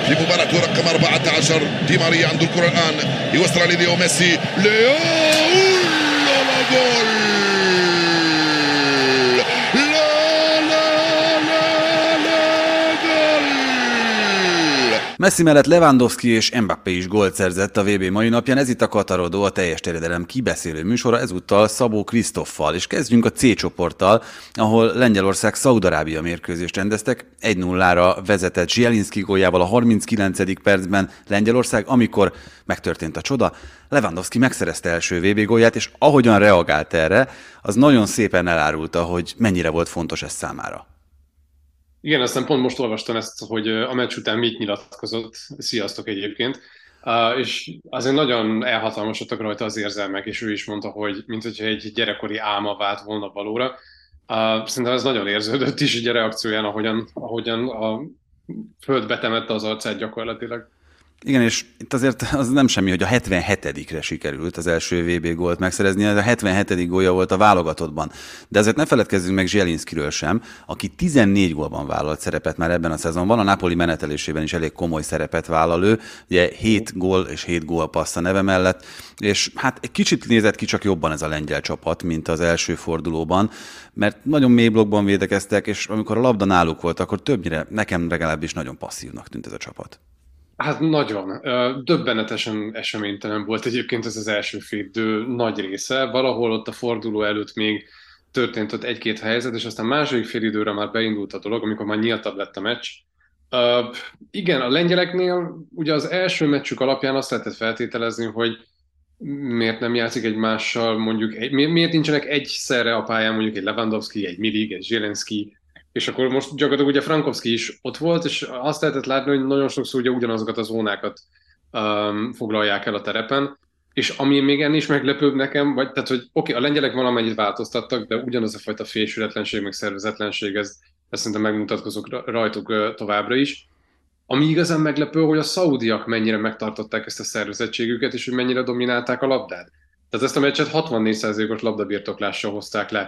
في مباراة رقم 14. دي ماريا عنده الكرة الآن، يوصل لليو ميسي. ليو جول. Messi mellett Lewandowski és Mbappé is gólt szerzett a VB mai napján. Ez itt a Katarodó, a teljes terjedelem kibeszélő műsora, ezúttal Szabó Krisztoffal. És kezdjünk a C csoporttal, ahol Lengyelország Szaúd-Arábia mérkőzést rendeztek. 1-0-ra vezetett Zielinski góljával a 39. percben Lengyelország, amikor megtörtént a csoda. Lewandowski megszerezte első VB gólját, és ahogyan reagált erre, az nagyon szépen elárulta, hogy mennyire volt fontos ez számára. Igen, aztán pont most olvastam ezt, hogy a meccs után mit nyilatkozott. Sziasztok egyébként. És azért nagyon elhatalmasodtak rajta az érzelmek, és ő is mondta, hogy mintha egy gyerekkori álma vált volna valóra. Szerintem ez nagyon érződött is így a reakcióján, ahogyan a föld betemette az arcát gyakorlatilag. Igen, és itt azért az nem semmi, hogy a 77-re sikerült az első VB gólt megszerezni, ez a 77. gólja volt a válogatottban. De azért ne feledkezzünk meg Zielinskiről sem, aki 14 gólban vállalt szerepet már ebben a szezonban, a Napoli menetelésében is elég komoly szerepet vállal ő, ugye 7 gól és 7 gólpassz a neve mellett, és hát egy kicsit nézett ki csak jobban ez a lengyel csapat, mint az első fordulóban, mert nagyon mély blokkban védekeztek, és amikor a labda náluk volt, akkor többnyire, nekem legalábbis nagyon passzívnak tűnt ez a csapat. Hát nagyon. Döbbenetesen eseménytelen volt egyébként ez az első félidő nagy része. Valahol ott a forduló előtt még történt ott egy-két helyzet, és aztán második félidőre már beindult a dolog, amikor már nyíltabb lett a meccs. Igen, a lengyeleknél ugye az első meccsük alapján azt lehetett feltételezni, hogy miért nem játszik egymással, mondjuk, miért nincsenek egyszerre a pályán mondjuk egy Lewandowski, egy Milik, egy Zielinski, és akkor most gyakorlatilag ugye Frankowski is ott volt, és azt lehetett látni, hogy nagyon sokszor ugye ugyanazokat a zónákat foglalják el a terepen, és ami még ennél is meglepőbb nekem, vagy tehát, hogy oké, a lengyelek valamennyit változtattak, de ugyanaz a fajta félsületlenség, meg szervezetlenség, ez szerintem megmutatkozik rajtuk továbbra is. Ami igazán meglepő, hogy a szaudiak mennyire megtartották ezt a szervezettségüket, és hogy mennyire dominálták a labdát. Tehát ezt a meccset 64%-os labdabirtoklással hozták le.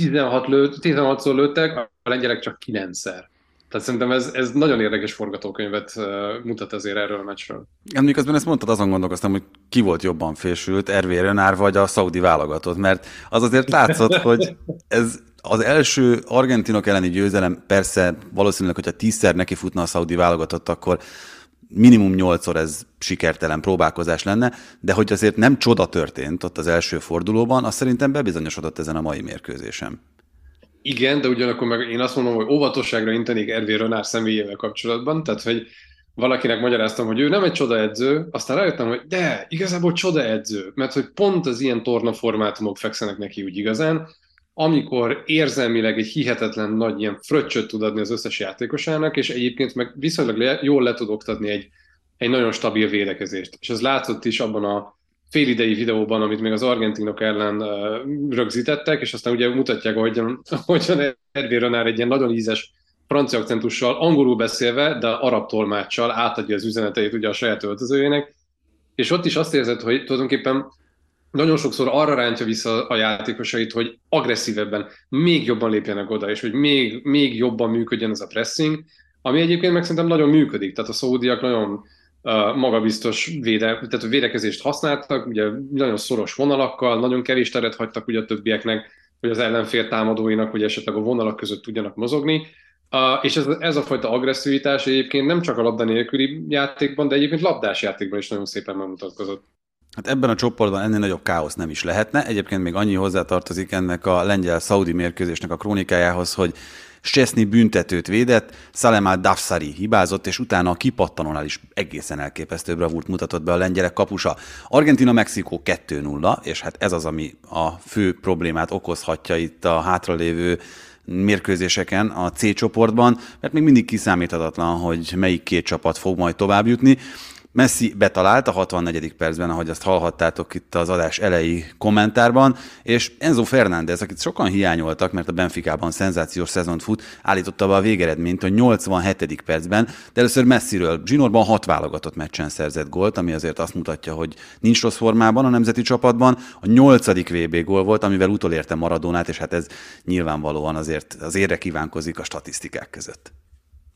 16-szor lőttek, a lengyelek csak 9-szer. Tehát szerintem ez nagyon érdekes forgatókönyvet mutat azért erről a meccsről. Miközben ezt mondtad, azon gondolkoztam, hogy ki volt jobban félsült, Hervé Renard vagy a szaudi válogatott, mert az azért látszott, hogy ez az első argentinok elleni győzelem, persze valószínűleg, hogyha 10-szer neki futna a szaudi válogatott, akkor minimum 8-szor ez sikertelen próbálkozás lenne, de hogy azért nem csoda történt ott az első fordulóban, az szerintem bebizonyosodott ezen a mai mérkőzésen. Igen, de ugyanakkor meg én azt mondom, hogy óvatosságra intenék Hervé Renard személyével kapcsolatban, tehát hogy valakinek magyaráztam, hogy ő nem egy csodaedző, aztán rájöttem, hogy de, igazából csodaedző, mert hogy pont az ilyen tornaformátumok fekszenek neki úgy igazán, amikor érzelmileg egy hihetetlen nagy ilyen fröccsöt tud adni az összes játékosának, és egyébként meg viszonylag jól le tud oktatni egy nagyon stabil védekezést. És ez látszott is abban a félidei videóban, amit még az argentinok ellen rögzítettek, és aztán ugye mutatják, hogyan Hervé Renard egy ilyen nagyon ízes francia akcentussal, angolul beszélve, de arab tolmáccsal átadja az üzeneteit ugye a saját öltözőjének, és ott is azt érzed, hogy tulajdonképpen nagyon sokszor arra rántja vissza a játékosait, hogy agresszívebben, még jobban lépjenek oda, és hogy még jobban működjön ez a pressing, ami egyébként meg szerintem nagyon működik. Tehát a szaúdiak nagyon magabiztos tehát védekezést használtak, ugye nagyon szoros vonalakkal, nagyon kevés teret hagytak ugye a többieknek, hogy az ellenfél támadóinak, hogy esetleg a vonalak között tudjanak mozogni. És ez a fajta agresszivitás egyébként nem csak a labda nélküli játékban, de egyébként labdás játékban is nagyon szépen megmutatkozott. Hát ebben a csoportban ennél nagyobb káosz nem is lehetne. Egyébként még annyi hozzátartozik ennek a lengyel-szaudi mérkőzésnek a krónikájához, hogy Szczesny büntetőt védett, Salem al-Dafsari hibázott, és utána a kipattanónál is egészen elképesztő bravúrt mutatott be a lengyelek kapusa. Argentina-Mexikó 2-0, és hát ez az, ami a fő problémát okozhatja itt a hátralévő mérkőzéseken a C csoportban, mert még mindig kiszámíthatatlan, hogy melyik két csapat fog majd tovább jutni. Messi betalált a 64. percben, ahogy azt hallhattátok itt az adás elejé kommentárban, és Enzo Fernández, akit sokan hiányoltak, mert a Benficában szenzációs szezont fut, állította be a végeredményt a 87. percben, de először Messiről zsinórban 6 válogatott meccsen szerzett gólt, ami azért azt mutatja, hogy nincs rossz formában a nemzeti csapatban. A 8. VB gól volt, amivel utolérte Maradónát, és hát ez nyilvánvalóan azért az érre kívánkozik a statisztikák között.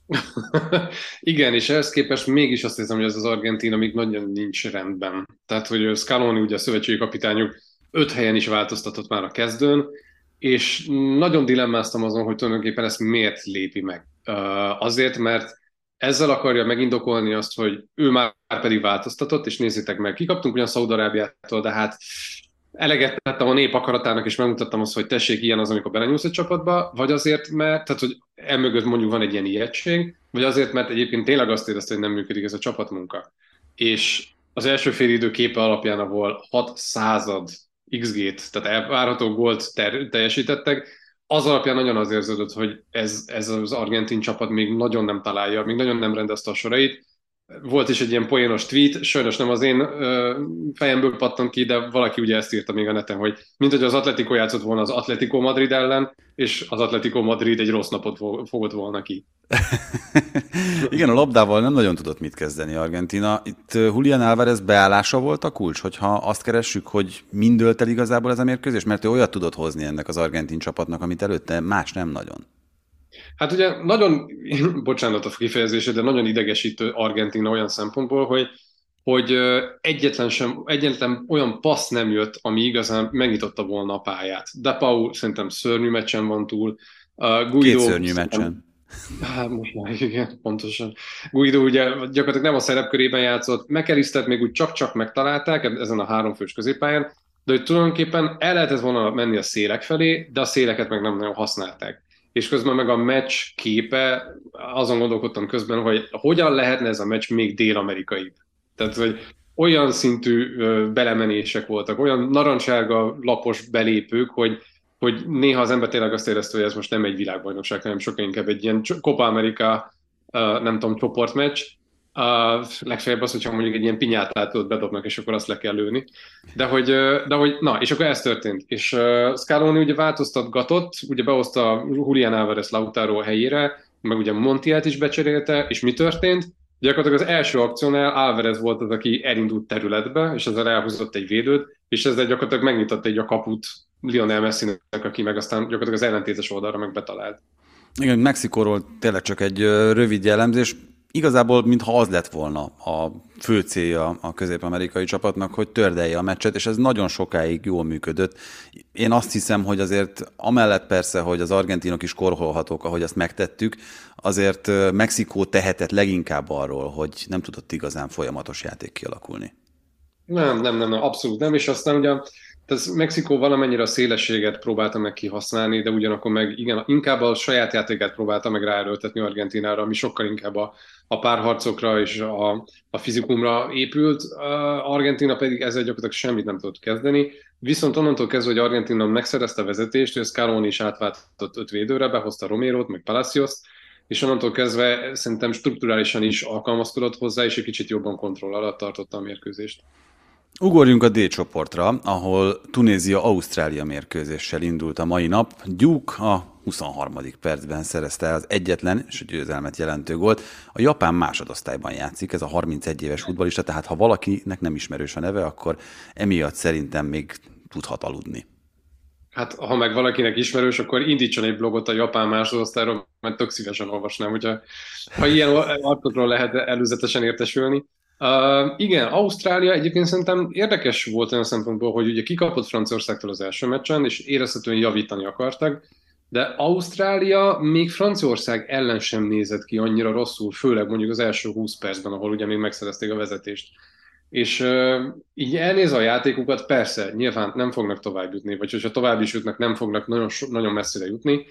Igen, és ehhez képest mégis azt hiszem, hogy ez az Argentína még nagyon nincs rendben. Tehát, hogy Scaloni, ugye a szövetségi kapitányuk 5 helyen is változtatott már a kezdőn, és nagyon dilemmáztam azon, hogy tulajdonképpen ezt miért lépi meg. Azért, mert ezzel akarja megindokolni azt, hogy ő már pedig változtatott, és nézzétek meg, kikaptunk ugyan Szaúd-Arábiától, de hát eleget tettem a nép akaratának, és megmutattam azt, hogy tessék, ilyen az, amikor belenyúlsz egy csapatba, vagy azért, mert, tehát, hogy emögött mondjuk van egy ilyen ijegység, vagy azért, mert egyébként tényleg azt érezte, hogy nem működik ez a csapatmunka. És az első félidő képe alapján, ahol 6 század XG-t, tehát elvárható gólt teljesítettek, az alapján nagyon az érződött, hogy ez az argentin csapat még nagyon nem találja, még nagyon nem rendezte a sorait. Volt is egy ilyen poénos tweet, sajnos nem az én fejemből pattant ki, de valaki ugye ezt írta még a neten, hogy mint hogy az Atletico játszott volna az Atletico Madrid ellen, és az Atletico Madrid egy rossz napot fogott volna ki. Igen, a labdával nem nagyon tudott mit kezdeni Argentína. Itt Julián Álvarez beállása volt a kulcs, hogyha azt keressük, hogy mind dölt el igazából ez a mérkőzés, mert ő olyat tudott hozni ennek az argentin csapatnak, amit előtte más nem nagyon. Hát ugye nagyon, bocsánat a kifejezésre, de nagyon idegesítő Argentína olyan szempontból, hogy egyetlen olyan passz nem jött, ami igazán megnyitotta volna a pályát. De Pau szerintem szörnyű meccsen van túl. Két Guido szörnyű meccsen. Hát most már igen, pontosan. Guido ugye gyakorlatilag nem a szerepkörében játszott, McAllistert még úgy csak-csak megtalálták ezen a háromfős középpályán, de hogy tulajdonképpen el lehetett volna menni a szélek felé, de a széleket meg nem nagyon használták. És közben meg a meccs képe, azon gondolkodtam közben, hogy hogyan lehetne ez a meccs még dél-amerikai. Tehát, hogy olyan szintű belemenések voltak, olyan narancsárga lapos belépők, hogy néha az ember tényleg azt érezte, hogy ez most nem egy világbajnokság, hanem sokkal inkább egy ilyen Copa America, nem tudom, csoportmeccs. Legfeljebb az, hogyha mondjuk egy ilyen pinyátát bedobnak, és akkor azt le kell lőni. De hogy na, és akkor ez történt. És Scaloni ugye változtatgatott, ugye behozta Julián Álvarez Lautaro helyére, meg ugye Montielt is becserélte, és mi történt? Gyakorlatilag az első akciónál Álvarez volt az, aki elindult területbe, és ezzel elhúzott egy védőt, és ezzel gyakorlatilag megnyitotta egy a kaput Lionel Messi-nek, aki meg aztán gyakorlatilag az ellentétes oldalra meg betalált. Igen, Mexikóról tényleg csak egy rövid jellemzés. Igazából, mintha az lett volna a fő célja a közép-amerikai csapatnak, hogy tördelje a meccset, és ez nagyon sokáig jól működött. Én azt hiszem, hogy azért amellett persze, hogy az argentinok is korholhatók, ahogy azt megtettük, azért Mexikó tehetett leginkább arról, hogy nem tudott igazán folyamatos játék kialakulni. Nem, abszolút nem, és aztán ugye tehát Mexikó valamennyire a szélességet próbálta meg kihasználni, de ugyanakkor meg igen, inkább a saját játékát próbálta meg ráerőltetni Argentinára, ami sokkal inkább a párharcokra és a fizikumra épült. Argentina pedig ezzel gyakorlatilag semmit nem tudott kezdeni. Viszont onnantól kezdve, hogy Argentina megszerezte a vezetést, hogy Scaloni is átváltott 5 védőre, behozta Romérót, meg Palacioszt, és onnantól kezdve szerintem strukturálisan is alkalmazkodott hozzá, és egy kicsit jobban kontroll alatt tartotta a mérkőzést. Ugorjunk a D csoportra, ahol Tunézia-Ausztrália mérkőzéssel indult a mai nap. Duke a 23. percben szerezte az egyetlen és a győzelmet jelentő gólt. A japán másodosztályban játszik, ez a 31 éves futballista, tehát ha valakinek nem ismerős a neve, akkor emiatt szerintem még tudhat aludni. Hát, ha meg valakinek ismerős, akkor indítson egy blogot a japán másodosztályról, mert tök szívesen olvasnám, ha ilyen arcokról lehet előzetesen értesülni. Igen, Ausztrália egyébként szerintem érdekes volt olyan szempontból, hogy ugye kikapott Franciaországtól az első meccsen, és érezhetően javítani akartak, de Ausztrália még Franciaország ellen sem nézett ki annyira rosszul, főleg mondjuk az első 20 percben, ahol ugye még megszerezték a vezetést. És így elnézve a játékukat, persze, nyilván nem fognak tovább jutni, vagy hogyha tovább is jutnak, nem fognak nagyon messzire jutni,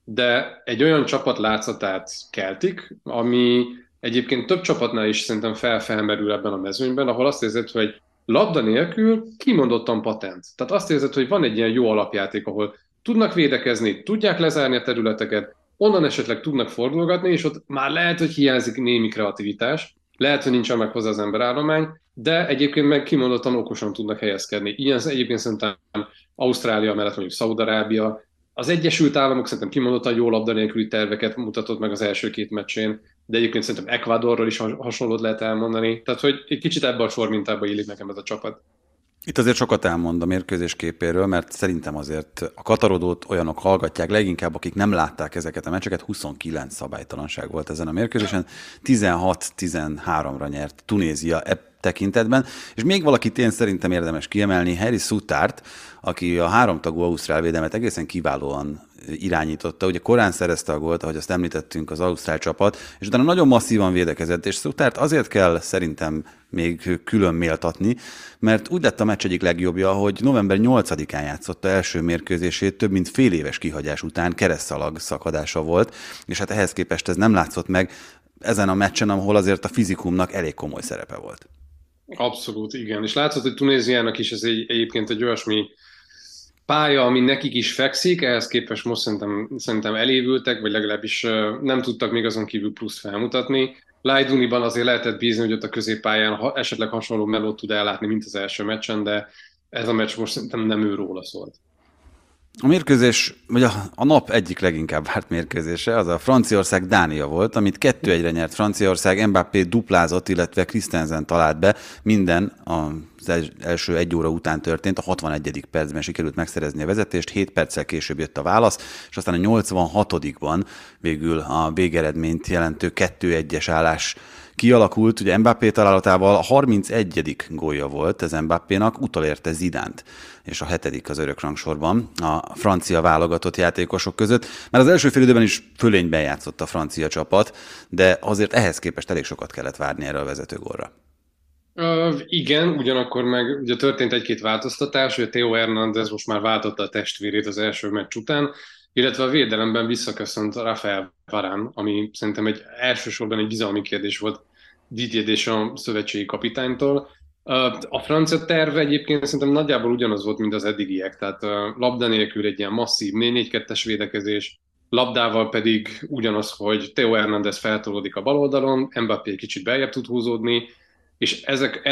de egy olyan csapat látszatát keltik, ami egyébként több csapatnál is szerintem felmerül ebben a mezőnyben, ahol azt érzed, hogy labda nélkül kimondottan patent. Tehát azt érzed, hogy van egy ilyen jó alapjáték, ahol tudnak védekezni, tudják lezárni a területeket, onnan esetleg tudnak fordulgatni, és ott már lehet, hogy hiányzik némi kreativitás, lehet, hogy nincsen meg hozzá az emberállomány, de egyébként meg kimondottan okosan tudnak helyezkedni. Ilyen egyébként szerintem Ausztrália mellett mondjuk Szaúd-Arábia, az Egyesült Államok szerintem kimondottan jó labda nélküli terveket mutatott meg az első 2 meccsén, de egyébként szerintem Ecuadorról is hasonlót lehet elmondani. Tehát, hogy egy kicsit ebben a sormintába illik nekem ez a csapat. Itt azért sokat elmond a mérkőzés képéről, mert szerintem azért a Katarodót olyanok hallgatják leginkább, akik nem látták ezeket a meccseket. 29 szabálytalanság volt ezen a mérkőzésen, 16-13-ra nyert Tunézia tekintetben, és még valakit én szerintem érdemes kiemelni, Harry Soutart, aki a háromtagú ausztrál védelmet egészen kiválóan irányította. Ugye korán szerezte a gólt, ahogy azt említettünk, az ausztrál csapat, és utána nagyon masszívan védekezett, és Soutart azért kell szerintem még külön méltatni, mert úgy lett a meccs egyik legjobbja, hogy november 8-án játszotta első mérkőzését, több mint fél éves kihagyás után keresztszalag szakadása volt, és hát ehhez képest ez nem látszott meg ezen a meccsen, ahol azért a fizikumnak elég komoly szerepe volt. Abszolút, igen. És látszott, hogy Tunéziának is ez egyébként egy olyasmi pálya, ami nekik is fekszik, ehhez képest most szerintem elévültek, vagy legalábbis nem tudtak még azon kívül plusz felmutatni. Lajduniban azért lehetett bízni, hogy ott a középpályán esetleg hasonló melót tud ellátni, mint az első meccsen, de ez a meccs most szerintem nem őróla szólt. A mérkőzés, vagy a nap egyik leginkább várt mérkőzése, az a Franciaország-Dánia volt, amit 2-1-re nyert Franciaország, Mbappé duplázott, illetve Christensen talált be, minden az első egy óra után történt, a 61. percben sikerült megszerezni a vezetést, 7 perccel később jött a válasz, és aztán a 86-ban végül a végeredményt jelentő 2-1-es állás kialakult, ugye Mbappé találatával a 31. gólja volt ez Mbappénak, utolérte Zidánt, és a 7. az örökrangsorban a francia válogatott játékosok között. Már az első fél időben is fölényben játszott a francia csapat, de azért ehhez képest elég sokat kellett várni erre a vezetőgólra. Igen, ugyanakkor meg ugye történt egy-két változtatás, hogy Theo Hernández most már váltotta a testvérét az első meccs után, illetve a védelemben visszaköszönt Rafael Varane, ami szerintem elsősorban egy bizalmi kérdés volt Didier Deschamps szövetségi kapitánytól. A francia terv egyébként szerintem nagyjából ugyanaz volt, mint az eddigiek, tehát labda nélkül egy ilyen masszív 4-4-2-es védekezés, labdával pedig ugyanaz, hogy Theo Hernández feltolódik a bal oldalon, Mbappé egy kicsit beljebb tud húzódni, és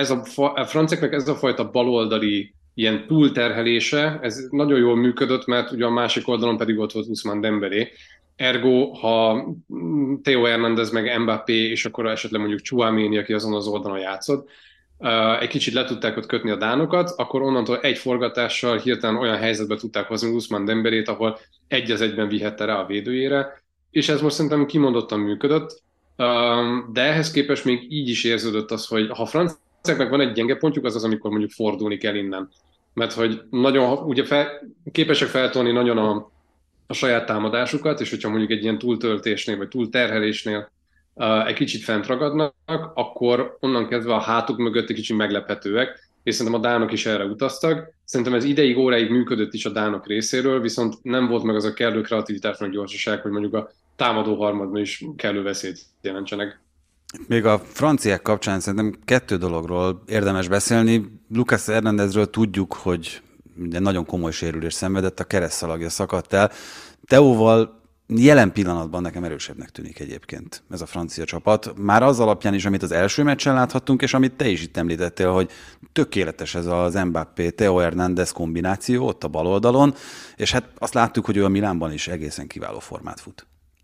a franciáknak ez a fajta baloldali ilyen túlterhelése, ez nagyon jól működött, mert ugye a másik oldalon pedig ott volt Ousmane Dembélé. Ergo, ha Theo Hernández meg Mbappé, és akkor esetleg mondjuk Tchouaméni, aki azon az oldalon játszott, egy kicsit le tudták ott kötni a dánokat, akkor onnantól egy forgatással hirtelen olyan helyzetbe tudták hozni Ousmane Dembélét, ahol egy az egyben vihette rá a védőjére, és ez most szerintem kimondottan működött. De ehhez képest még így is érződött az, hogy ha a franciáknak van egy gyenge pontjuk, az az, amikor mondjuk fordulni kell innen. Mert hogy nagyon, ugye képesek feltolni nagyon a saját támadásukat, és hogyha mondjuk egy ilyen túltöltésnél, vagy túlterhelésnél egy kicsit fent ragadnak, akkor onnan kezdve a hátuk mögött egy kicsit meglephetőek, és szerintem a dánok is erre utaztak. Szerintem ez ideig, óráig működött is a dánok részéről, viszont nem volt meg az a kellő kreativitás, meg gyorsaság, hogy mondjuk a támadó harmadban is kellő veszélyt jelentsenek. Még a franciák kapcsán szerintem 2 dologról érdemes beszélni. Lucas Hernándezről tudjuk, hogy nagyon komoly sérülés szenvedett, a keresztszalagja szakadt el. Teóval jelen pillanatban nekem erősebbnek tűnik egyébként ez a francia csapat. Már az alapján is, amit az első meccsen láthattunk, és amit te is itt említettél, hogy tökéletes ez az Mbappé-Theo Hernández kombináció ott a bal oldalon, és hát azt láttuk, hogy ő a Milánban is egészen kiváló formát fut.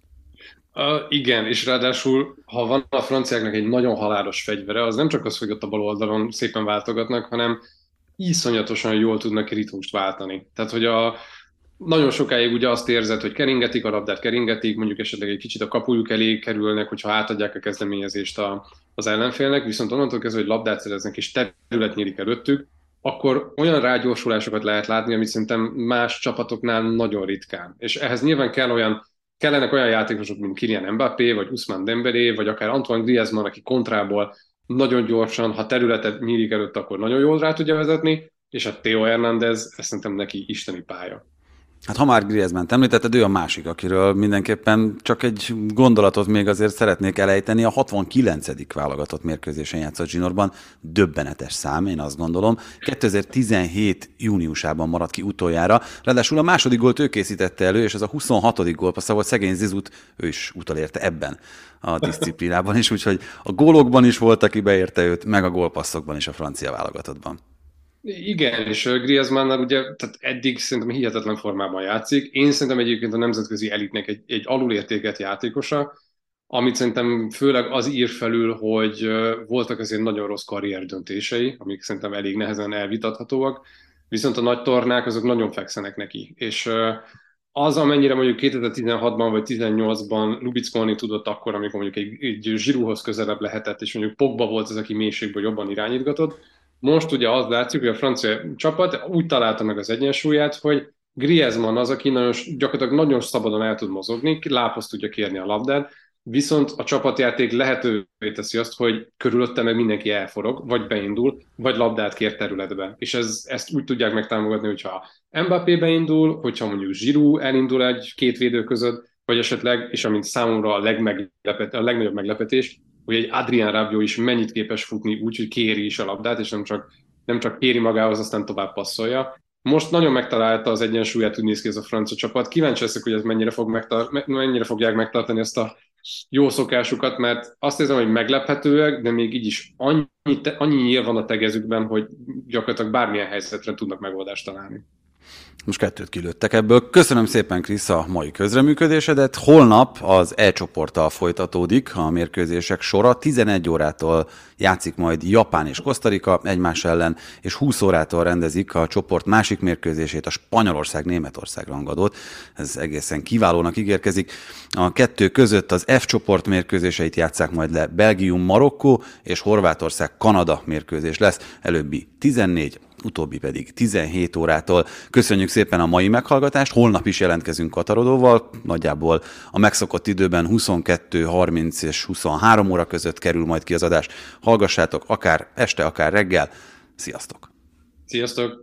Igen, és ráadásul, ha van a franciáknak egy nagyon halálos fegyvere, az nem csak az, hogy ott a bal oldalon szépen váltogatnak, hanem iszonyatosan jól tudnak ritmust váltani. Tehát, hogy nagyon sokáig ugye azt érzed, hogy keringetik a labdát, keringetik, mondjuk esetleg egy kicsit a kapujuk elé kerülnek, hogyha átadják a kezdeményezést az ellenfélnek, viszont onnantól kezdve, hogy labdát szereznek és terület nyílik előttük, akkor olyan rágyorsulásokat lehet látni, amit szerintem más csapatoknál nagyon ritkán. És ehhez nyilván kellenek olyan játékosok, mint Kylian Mbappé, vagy Ousmane Dembélé, vagy akár Antoine Griezmann, aki kontrából nagyon gyorsan, ha területet nyílik előtt, akkor nagyon jól rá tudja vezetni, és a Theo Hernández, ezt szerintem neki isteni pálya. Hát ha már Griezmann-t említetted, ő a másik, akiről mindenképpen csak egy gondolatot még azért szeretnék elejteni. A 69. válogatott mérkőzésen játszott zsinórban, döbbenetes szám, én azt gondolom. 2017. júniusában maradt ki utoljára, ráadásul a második gólt ő készítette elő, és ez a 26. gólpassza volt, szegény Zizut, ő is utolérte ebben a disziplinában is, úgyhogy a gólokban is volt, aki beérte őt, meg a gólpasszokban is a francia válogatottban. Igen, és Griezmann ugye tehát eddig szerintem hihetetlen formában játszik. Én szerintem egyébként a nemzetközi elitnek egy alulértékelt játékosa, amit szerintem főleg az ír felül, hogy voltak azért nagyon rossz karrierdöntései, amik szerintem elég nehezen elvitathatóak, viszont a nagy tornák azok nagyon fekszenek neki, és az, amennyire mondjuk 2016-ban vagy 2018-ban lubickolni tudott akkor, amikor mondjuk egy Giroudhoz közelebb lehetett, és mondjuk Pogba volt az, aki mélységből jobban irányítgatott, most ugye az látszik, hogy a francia csapat úgy találta meg az egyensúlyát, hogy Griezmann az, aki gyakorlatilag nagyon szabadon el tud mozogni, lábhoz tudja kérni a labdát, viszont a csapatjáték lehetővé teszi azt, hogy körülötte meg mindenki elforog, vagy beindul, vagy labdát kér területbe. És ezt úgy tudják megtámogatni, hogyha Mbappé beindul, hogyha mondjuk Giroud elindul egy-két védő között, vagy esetleg, és amint számomra a legnagyobb meglepetés, hogy egy Adrien Rabiot is mennyit képes futni úgy, hogy kéri is a labdát, és nem csak kéri magához, aztán tovább passzolja. Most nagyon megtalálta az egyensúlyát, úgy néz ki ez a francia csapat. Kíváncsi leszek, hogy ez mennyire fogják megtartani ezt a jó szokásukat, mert azt érzem, hogy meglephetőek, de még így is annyi nyíl van a tegezükben, hogy gyakorlatilag bármilyen helyzetre tudnak megoldást találni. Most 2 kilőttek ebből. Köszönöm szépen, Krisz, a mai közreműködésedet. Holnap az E-csoporttal folytatódik a mérkőzések sora. 11 órától játszik majd Japán és Kosztarika egymás ellen, és 20 órától rendezik a csoport másik mérkőzését, a Spanyolország-Németország rangadót. Ez egészen kiválónak ígérkezik. A 2 között az F csoport mérkőzéseit játsszák majd le Belgium-Marokkó és Horvátország-Kanada mérkőzés lesz. Előbbi 14, utóbbi pedig 17 órától. Köszönjük szépen a mai meghallgatást, holnap is jelentkezünk Katarodóval, nagyjából a megszokott időben 22, 30 és 23 óra között kerül majd ki az adás. Hallgassátok akár este, akár reggel. Sziasztok! Sziasztok!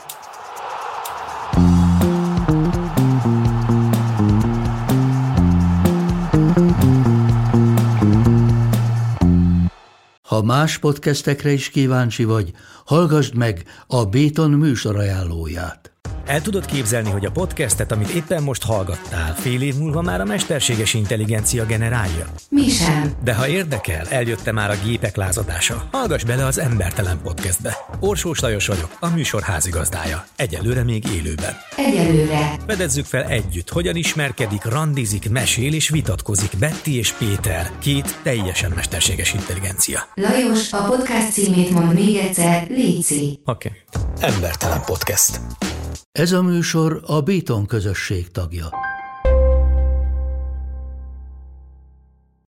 Ha más podcastekre is kíváncsi vagy, hallgassd meg a Béton műsor ajánlóját. El tudod képzelni, hogy a podcastet, amit éppen most hallgattál, fél év múlva már a mesterséges intelligencia generálja? Mi sem. De ha érdekel, eljött már a gépek lázadása. Hallgass bele az Embertelen Podcastbe. Orsós Lajos vagyok, a műsor házigazdája. Egyelőre még élőben. Egyelőre. Fedezzük fel együtt, hogyan ismerkedik, randizik, mesél és vitatkozik Betty és Péter, 2 teljesen mesterséges intelligencia. Lajos, a podcast címét mond még egyszer, léci. Oké. Embertelen Podcast. Ez a műsor a Béton közösség tagja.